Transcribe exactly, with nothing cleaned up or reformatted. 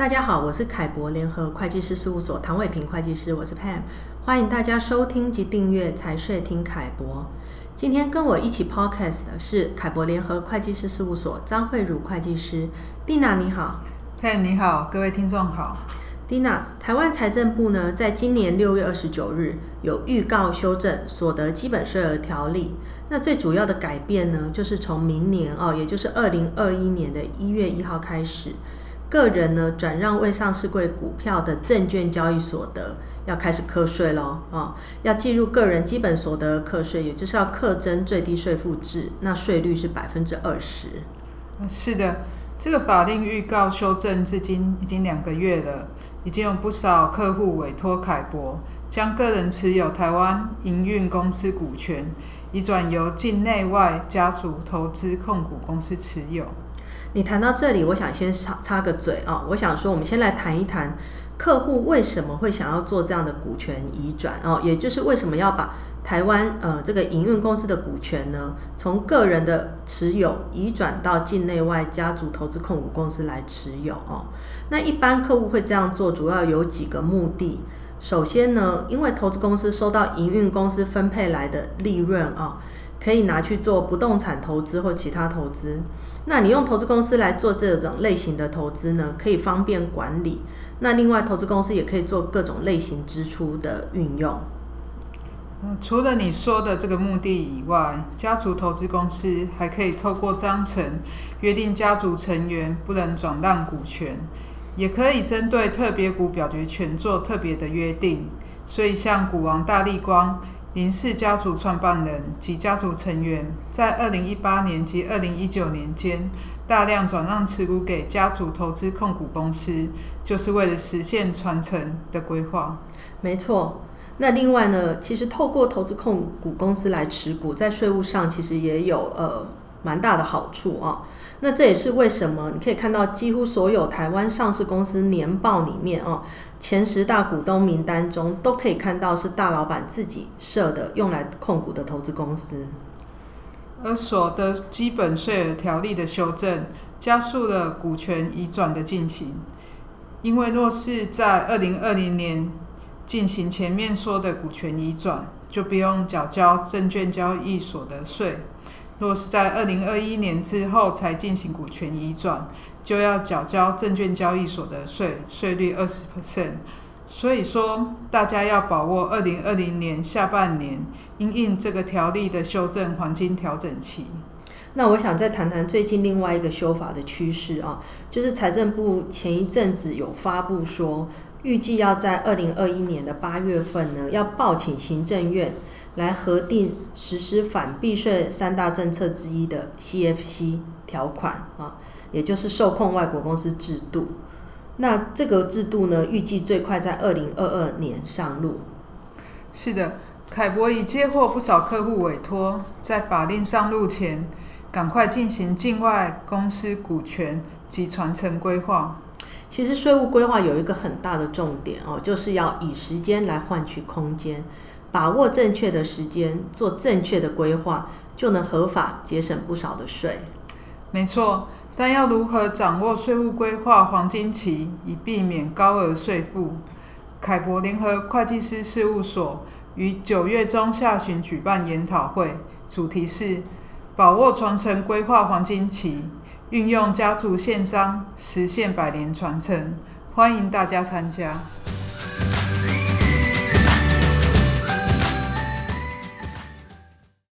大家好，我是凯博联合会计师事务所唐伟平会计师，我是 Pam， 欢迎大家收听及订阅财税听凯博。今天跟我一起 podcast 的是凯博联合会计师事务所张慧茹会计师。 Dina 你好。 Pam 你好，各位听众好。 Dina， 台湾财政部呢，在今年六月二十九日有预告修正所得基本税额条例。那最主要的改变呢，就是从明年哦，也就是二零二一年的一月一号开始，个人呢转让未上市柜股票的证券交易所得要开始课税咯、哦、要计入个人基本所得课税，也就是要课征最低税负制，那税率是百分之二十。 是的，这个法令预告修正至今已经两个月了，已经有不少客户委托凯博将个人持有台湾营运公司股权移转由境内外家族投资控股公司持有。 你谈到这里，我想先插插个嘴啊、哦，我想说，我们先来谈一谈客户为什么会想要做这样的股权移转哦，也就是为什么要把台湾呃这个营运公司的股权呢，从个人的持有移转到境内外家族投资控股公司来持有哦。那一般客户会这样做，主要有几个目的。首先呢，因为投资公司收到营运公司分配来的利润啊、哦，可以拿去做不动产投资或其他投资。那你用投资公司来做这种类型的投资呢，可以方便管理。那另外，投资公司也可以做各种类型支出的运用。 呃、除了你说的这个目的以外，家族投资公司还可以透过章程约定家族成员不能转让股权，也可以针对特别股表决权做特别的约定。所以像股王大立光、林氏家族创办人及家族成员在二零一八年及二零一九年间大量转让持股给家族投资控股公司，就是为了实现传承的规划。 没错。那另外呢，其实透过投资控股公司来持股，在税务上其实也有呃蛮大的好处啊。那这也是为什么你可以看到几乎所有台湾上市公司年报里面啊，前十大股东名单中都可以看到是大老板自己设的用来控股的投资公司。 而所得基本税额条例的修正，加速了股权移转的进行。因为若是在二零二零年进行前面说的股权移转，就不用缴交证券交易所得税；若是在二零二一年之后才进行股权移转，就要缴交证券交易所得税，税率 百分之二十。所以说，大家要把握二零二零年下半年因应这个条例的修正黄金调整期。 那我想再谈谈最近另外一个修法的趋势啊，就是财政部前一阵子有发布说，预计要在二零二一年的八月份呢，要报请行政院来核定实施反避税三大政策之一的 C F C 条款啊，也就是受控外国公司制度。那这个制度呢，预计最快在二零二二年上路。 是的，凯博已接获不少客户委托，在法令上路前，赶快进行境外公司股权及传承规划。 其实税务规划有一个很大的重点哦，就是要以时间来换取空间，把握正确的时间，做正确的规划，就能合法节省不少的税。 没错，但要如何掌握税务规划黄金期，以避免高额税负？凯博联合会计师事务所于九月中下旬举办研讨会，主题是把握传承规划黄金期，运用家族宪章实现百年传承，欢迎大家参加。